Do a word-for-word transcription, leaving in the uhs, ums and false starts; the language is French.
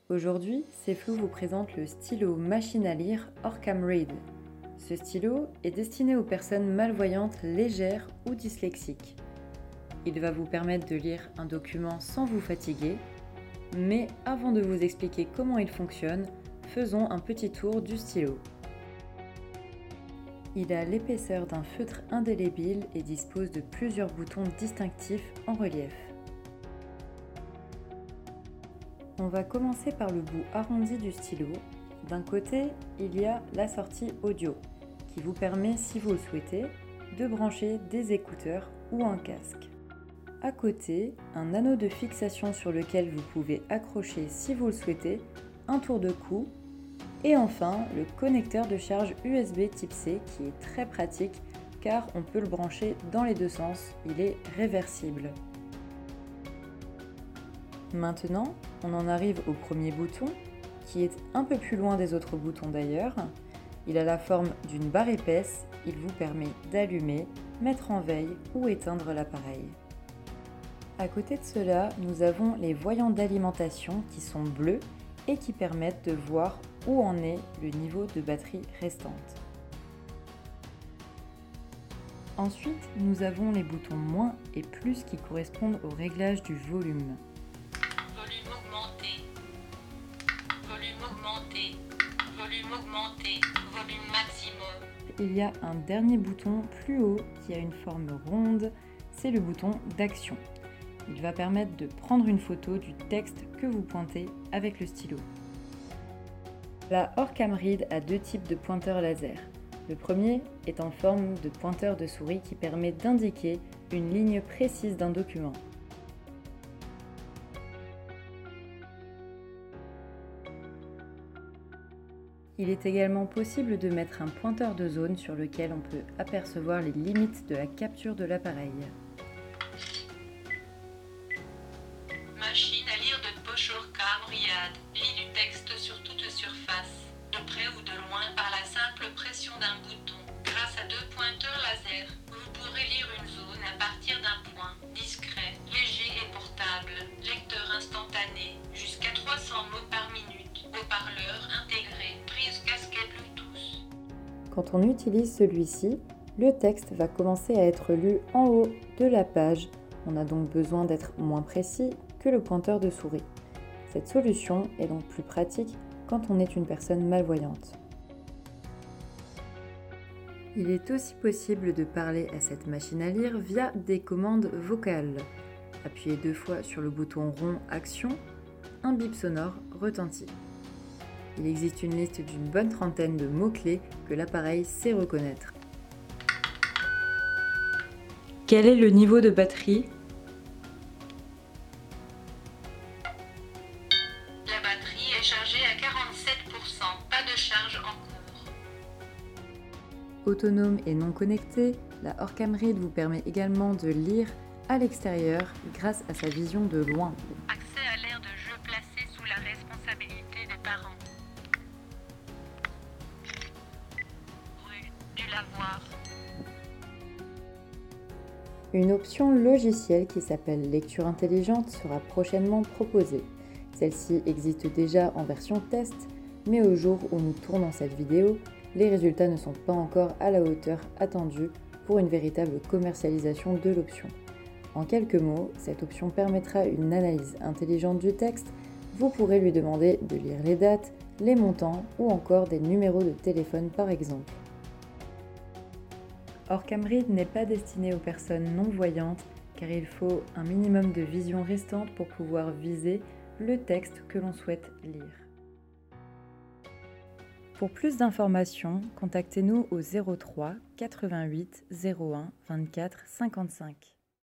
Aujourd'hui, Ceflou vous présente le stylo machine à lire Orcam Read. Ce stylo est destiné aux personnes malvoyantes légères ou dyslexiques. Il va vous permettre de lire un document sans vous fatiguer, mais avant de vous expliquer comment il fonctionne, faisons un petit tour du stylo. Il a l'épaisseur d'un feutre indélébile et dispose de plusieurs boutons distinctifs en relief. On va commencer par le bout arrondi du stylo. D'un côté, il y a la sortie audio, qui vous permet, si vous le souhaitez, de brancher des écouteurs ou un casque. À côté, un anneau de fixation sur lequel vous pouvez accrocher, si vous le souhaitez, un tour de cou. Et enfin, le connecteur de charge U S B type C qui est très pratique car on peut le brancher dans les deux sens, il est réversible. Maintenant, on en arrive au premier bouton, qui est un peu plus loin des autres boutons d'ailleurs. Il a la forme d'une barre épaisse, il vous permet d'allumer, mettre en veille ou éteindre l'appareil. À côté de cela, nous avons les voyants d'alimentation qui sont bleus et qui permettent de voir où en est le niveau de batterie restante. Ensuite, nous avons les boutons moins et plus qui correspondent au réglage du volume. Volume augmenté, volume augmenté, volume augmenté, volume maximum. Il y a un dernier bouton plus haut qui a une forme ronde, c'est le bouton d'action. Il va permettre de prendre une photo du texte que vous pointez avec le stylo. La Orcam Read a deux types de pointeurs laser. Le premier est en forme de pointeur de souris qui permet d'indiquer une ligne précise d'un document. Il est également possible de mettre un pointeur de zone sur lequel on peut apercevoir les limites de la capture de l'appareil. Machine à lire de poche Orcam Read lit du texte sur toute surface, de près ou de loin par la simple pression d'un bouton. Grâce à deux pointeurs laser, vous pourrez lire une zone à partir d'un point, discret, léger et portable, lecteur instantané, jusqu'à trois cents mots par minute, haut-parleur intégré, prise casquet Bluetooth. Quand on utilise celui-ci, le texte va commencer à être lu en haut de la page. On a donc besoin d'être moins précis que le pointeur de souris. Cette solution est donc plus pratique quand on est une personne malvoyante. Il est aussi possible de parler à cette machine à lire via des commandes vocales. Appuyez deux fois sur le bouton rond Action, un bip sonore retentit. Il existe une liste d'une bonne trentaine de mots-clés que l'appareil sait reconnaître. Quel est le niveau de batterie ? La batterie est chargée à quarante-sept pour cent, pas de charge en cours. Autonome et non connectée, la Orcam Read vous permet également de lire à l'extérieur grâce à sa vision de loin. Accès à l'aire de jeu placé sous la responsabilité des parents. Rue du Lavoir. Une option logicielle qui s'appelle Lecture intelligente sera prochainement proposée. Celle-ci existe déjà en version test, mais au jour où nous tournons cette vidéo, les résultats ne sont pas encore à la hauteur attendue pour une véritable commercialisation de l'option. En quelques mots, cette option permettra une analyse intelligente du texte. Vous pourrez lui demander de lire les dates, les montants ou encore des numéros de téléphone par exemple. Orcam Read n'est pas destiné aux personnes non-voyantes car il faut un minimum de vision restante pour pouvoir viser le texte que l'on souhaite lire. Pour plus d'informations, contactez-nous au zéro trois quatre-vingt-huit zéro un vingt-quatre cinquante-cinq.